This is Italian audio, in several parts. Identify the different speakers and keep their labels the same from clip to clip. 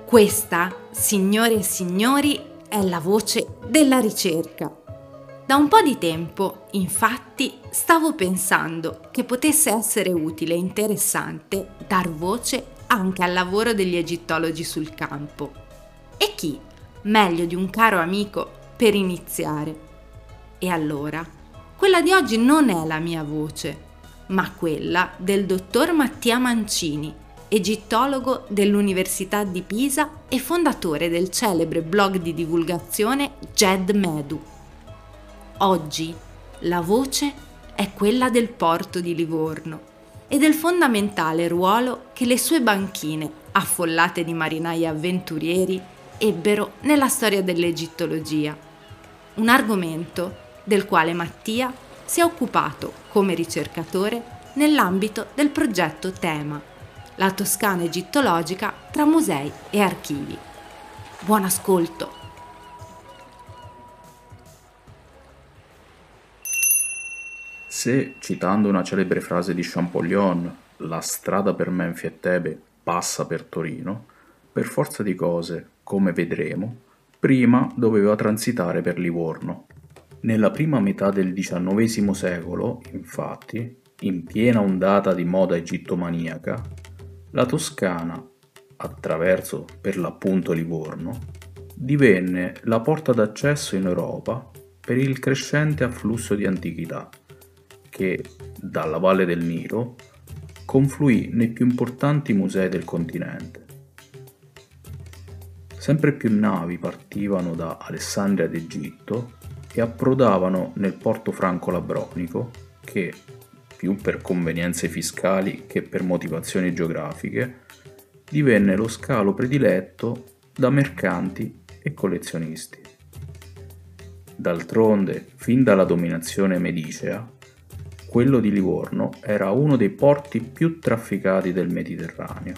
Speaker 1: Questa, signore e signori, è la voce della ricerca. Da un po' di tempo, infatti, stavo pensando che potesse essere utile e interessante dar voce anche al lavoro degli egittologi sul campo. E chi, meglio di un caro amico, per iniziare? E allora, quella di oggi non è la mia voce, ma quella del dottor Mattia Mancini, egittologo dell'Università di Pisa e fondatore del celebre blog di divulgazione GEDmedu. Oggi la voce è quella del porto di Livorno e del fondamentale ruolo che le sue banchine, affollate di marinai avventurieri, ebbero nella storia dell'egittologia. Un argomento del quale Mattia si è occupato come ricercatore nell'ambito del progetto Tema, la Toscana egittologica tra musei e archivi. Buon ascolto!
Speaker 2: Se, citando una celebre frase di Champollion, la strada per Menfi e Tebe passa per Torino, per forza di cose, come vedremo, prima doveva transitare per Livorno. Nella prima metà del XIX secolo, infatti, in piena ondata di moda egittomaniaca, la Toscana, attraverso per l'appunto Livorno, divenne la porta d'accesso in Europa per il crescente afflusso di antichità, che, dalla valle del Nilo, confluì nei più importanti musei del continente. Sempre più navi partivano da Alessandria d'Egitto e approdavano nel porto franco-labronico che, più per convenienze fiscali che per motivazioni geografiche, divenne lo scalo prediletto da mercanti e collezionisti. D'altronde, fin dalla dominazione medicea, quello di Livorno era uno dei porti più trafficati del Mediterraneo.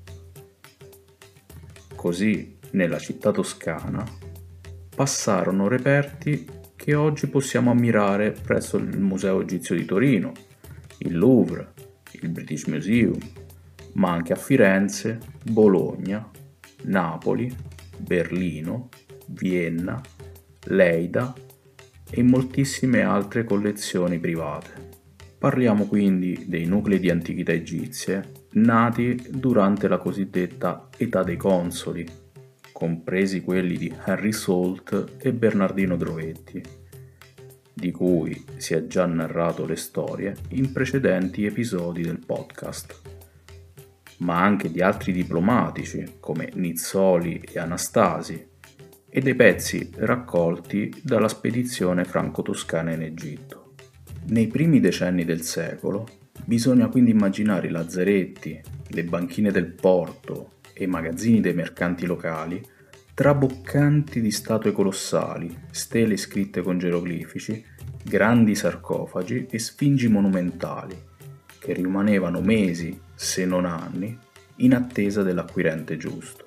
Speaker 2: Così, nella città toscana, passarono reperti che oggi possiamo ammirare presso il Museo Egizio di Torino, il Louvre, il British Museum, ma anche a Firenze, Bologna, Napoli, Berlino, Vienna, Leida e in moltissime altre collezioni private. Parliamo quindi dei nuclei di antichità egizie nati durante la cosiddetta Età dei Consoli, compresi quelli di Henry Salt e Bernardino Drovetti, di cui si è già narrato le storie in precedenti episodi del podcast, ma anche di altri diplomatici come Nizzoli e Anastasi e dei pezzi raccolti dalla spedizione franco-toscana in Egitto. Nei primi decenni del secolo bisogna quindi immaginare i lazzeretti, le banchine del porto e i magazzini dei mercanti locali traboccanti di statue colossali, stele scritte con geroglifici, grandi sarcofagi e sfingi monumentali che rimanevano mesi, se non anni, in attesa dell'acquirente giusto.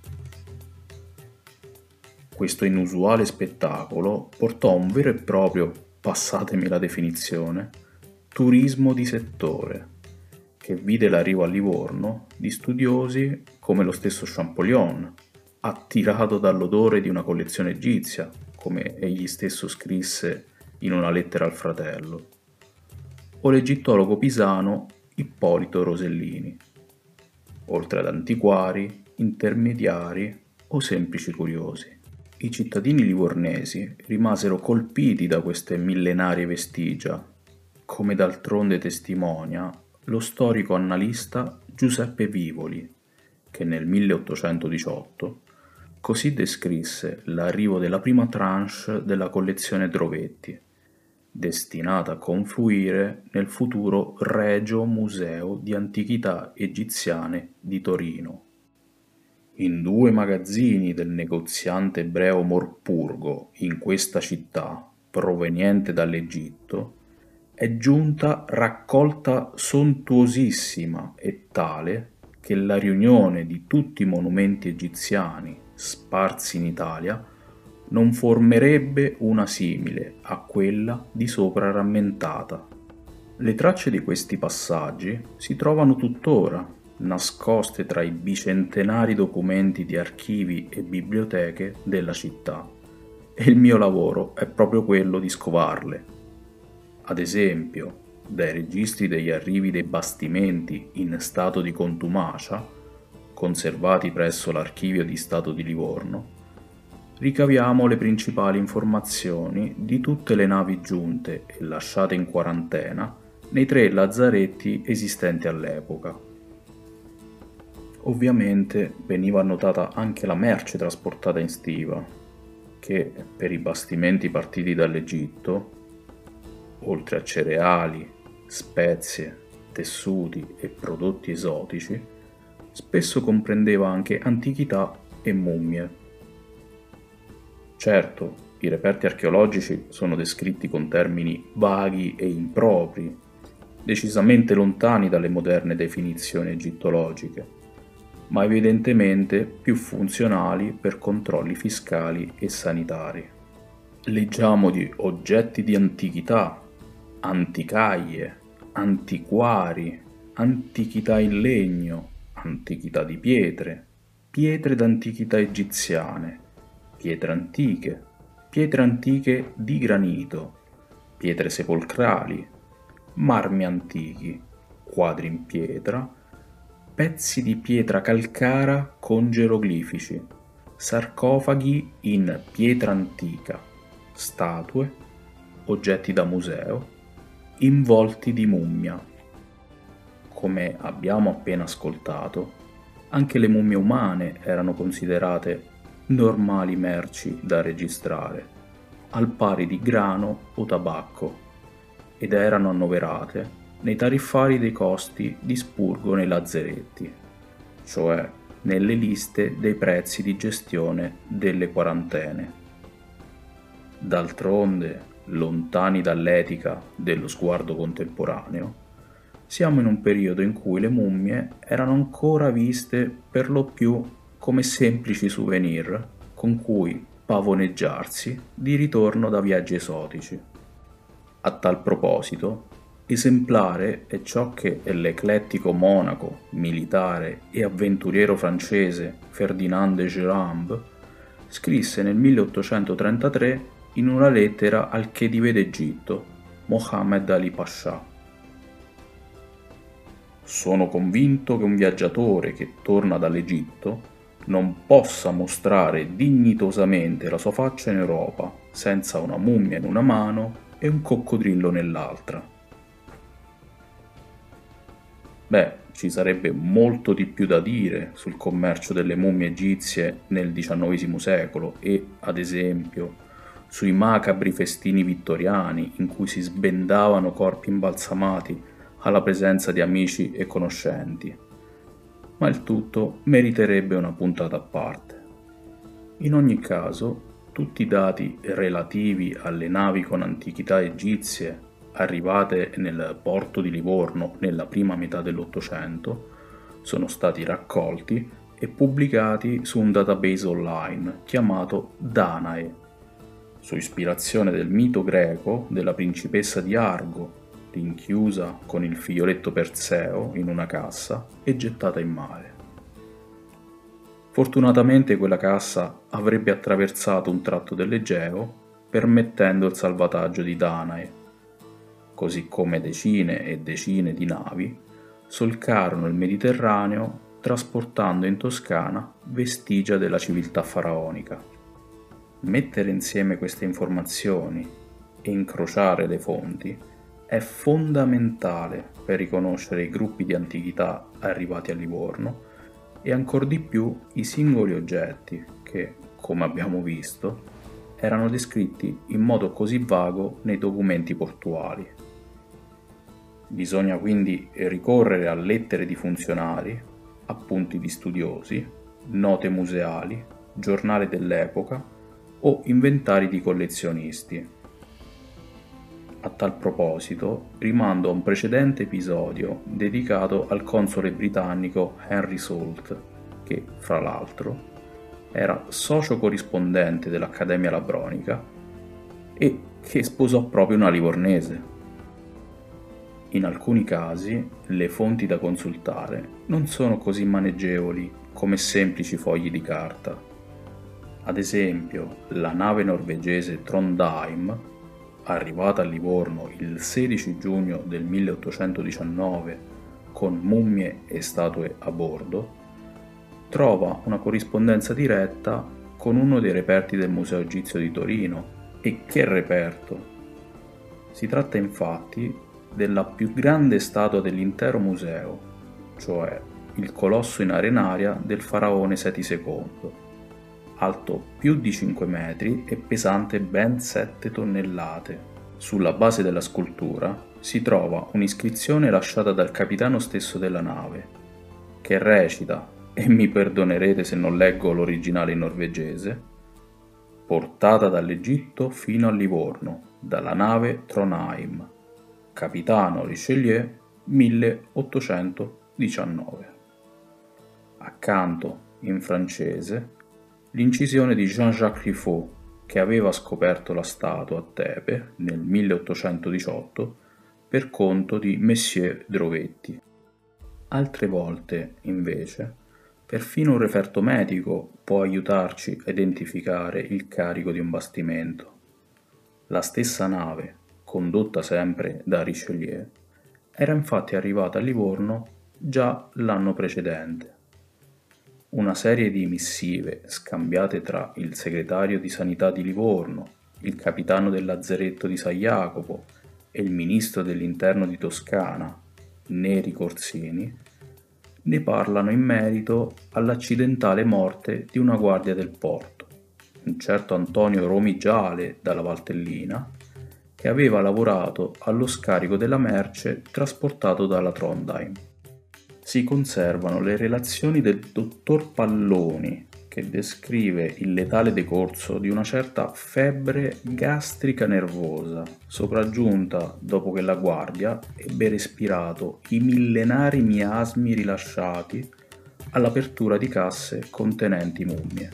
Speaker 2: Questo inusuale spettacolo portò a un vero e proprio, passatemi la definizione, turismo di settore, che vide l'arrivo a Livorno di studiosi come lo stesso Champollion, attirato dall'odore di una collezione egizia, come egli stesso scrisse in una lettera al fratello, o l'egittologo pisano Ippolito Rosellini, oltre ad antiquari, intermediari o semplici curiosi. I cittadini livornesi rimasero colpiti da queste millenarie vestigia, come d'altronde testimonia lo storico annalista Giuseppe Vivoli, che nel 1818 così descrisse l'arrivo della prima tranche della collezione Drovetti, destinata a confluire nel futuro Regio Museo di Antichità Egiziane di Torino. In 2 magazzini del negoziante ebreo Morpurgo in questa città, proveniente dall'Egitto, è giunta raccolta sontuosissima e tale che la riunione di tutti i monumenti egiziani sparsi in Italia non formerebbe una simile a quella di sopra rammentata. Le tracce di questi passaggi si trovano tuttora nascoste tra i bicentenari documenti di archivi e biblioteche della città, e il mio lavoro è proprio quello di scovarle. Ad esempio, dai registri degli arrivi dei bastimenti in stato di contumacia, conservati presso l'Archivio di Stato di Livorno, ricaviamo le principali informazioni di tutte le navi giunte e lasciate in quarantena nei 3 lazzaretti esistenti all'epoca. Ovviamente veniva annotata anche la merce trasportata in stiva, che per i bastimenti partiti dall'Egitto, oltre a cereali, spezie, tessuti e prodotti esotici, spesso comprendeva anche antichità e mummie. Certo, i reperti archeologici sono descritti con termini vaghi e impropri, decisamente lontani dalle moderne definizioni egittologiche, ma evidentemente più funzionali per controlli fiscali e sanitari. Leggiamo di oggetti di antichità, anticaie, antiquari, antichità in legno, antichità di pietre, pietre d'antichità egiziane, pietre antiche di granito, pietre sepolcrali, marmi antichi, quadri in pietra, pezzi di pietra calcarea con geroglifici, sarcofagi in pietra antica, statue, oggetti da museo, involti di mummia. Come abbiamo appena ascoltato, anche le mummie umane erano considerate normali merci da registrare, al pari di grano o tabacco, ed erano annoverate nei tariffari dei costi di spurgo nei lazzeretti, cioè nelle liste dei prezzi di gestione delle quarantene. D'altronde, lontani dall'etica dello sguardo contemporaneo, siamo in un periodo in cui le mummie erano ancora viste per lo più come semplici souvenir con cui pavoneggiarsi di ritorno da viaggi esotici. A tal proposito, esemplare è ciò che l'eclettico monaco, militare e avventuriero francese Ferdinand de Gerambe scrisse nel 1833 in una lettera al Khedive d'Egitto, Mohammed Ali Pascià. Sono convinto che un viaggiatore che torna dall'Egitto non possa mostrare dignitosamente la sua faccia in Europa senza una mummia in una mano e un coccodrillo nell'altra. Ci sarebbe molto di più da dire sul commercio delle mummie egizie nel XIX secolo e, ad esempio, sui macabri festini vittoriani in cui si sbendavano corpi imbalsamati alla presenza di amici e conoscenti, ma il tutto meriterebbe una puntata a parte. In ogni caso, tutti i dati relativi alle navi con antichità egizie arrivate nel porto di Livorno nella prima metà dell'Ottocento sono stati raccolti e pubblicati su un database online chiamato Danae, su ispirazione del mito greco della principessa di Argo, rinchiusa con il figlioletto Perseo in una cassa e gettata in mare. Fortunatamente quella cassa avrebbe attraversato un tratto dell'Egeo, permettendo il salvataggio di Danae, così come decine e decine di navi solcarono il Mediterraneo trasportando in Toscana vestigia della civiltà faraonica. Mettere insieme queste informazioni e incrociare le fonti è fondamentale per riconoscere i gruppi di antichità arrivati a Livorno e ancor di più i singoli oggetti che, come abbiamo visto, erano descritti in modo così vago nei documenti portuali. Bisogna quindi ricorrere a lettere di funzionari, appunti di studiosi, note museali, giornali dell'epoca o inventari di collezionisti. A tal proposito, rimando a un precedente episodio dedicato al console britannico Henry Salt, che, fra l'altro, era socio corrispondente dell'Accademia Labronica e che sposò proprio una livornese. In alcuni casi le fonti da consultare non sono così maneggevoli come semplici fogli di carta. Ad esempio, la nave norvegese Trondheim, arrivata a Livorno il 16 giugno del 1819 con mummie e statue a bordo, trova una corrispondenza diretta con uno dei reperti del Museo Egizio di Torino. E che reperto! Si tratta infatti della più grande statua dell'intero museo, cioè il colosso in arenaria del faraone Seti II, alto più di 5 metri e pesante ben 7 tonnellate. Sulla base della scultura si trova un'iscrizione lasciata dal capitano stesso della nave, che recita, e mi perdonerete se non leggo l'originale in norvegese: portata dall'Egitto fino a Livorno, dalla nave Trondheim, capitano Richelieu 1819. Accanto, in francese, l'incisione di Jean-Jacques Riffaut, che aveva scoperto la statua a Tebe nel 1818 per conto di Monsieur Drovetti. Altre volte, invece, perfino un referto medico può aiutarci a identificare il carico di un bastimento. La stessa nave, condotta sempre da Richelieu, era infatti arrivata a Livorno già l'anno precedente. Una serie di missive scambiate tra il segretario di Sanità di Livorno, il capitano del lazzeretto di San Jacopo e il ministro dell'Interno di Toscana, Neri Corsini, ne parlano in merito all'accidentale morte di una guardia del porto, un certo Antonio Romigiale dalla Valtellina, che aveva lavorato allo scarico della merce trasportato dalla Trondheim. Si conservano le relazioni del dottor Palloni, che descrive il letale decorso di una certa febbre gastrica nervosa, sopraggiunta dopo che la guardia ebbe respirato i millenari miasmi rilasciati all'apertura di casse contenenti mummie.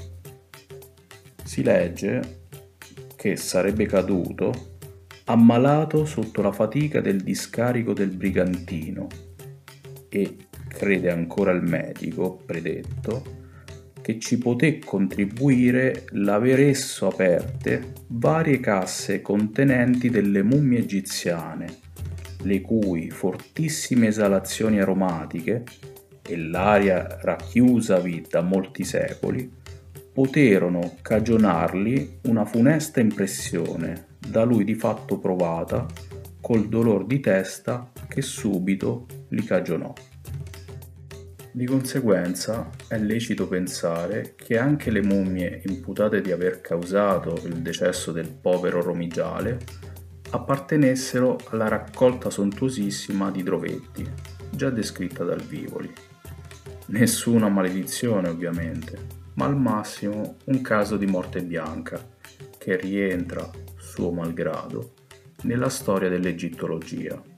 Speaker 2: Si legge che sarebbe caduto ammalato sotto la fatica del discarico del brigantino e crede ancora il medico predetto che ci poté contribuire l'aver esso aperte varie casse contenenti delle mummie egiziane, le cui fortissime esalazioni aromatiche e l'aria racchiusavi da molti secoli poterono cagionargli una funesta impressione, da lui di fatto provata col dolor di testa che subito li cagionò. Di conseguenza è lecito pensare che anche le mummie imputate di aver causato il decesso del povero Romigiale appartenessero alla raccolta sontuosissima di Drovetti, già descritta dal Vivoli. Nessuna maledizione ovviamente, ma al massimo un caso di morte bianca che rientra, suo malgrado, nella storia dell'egittologia.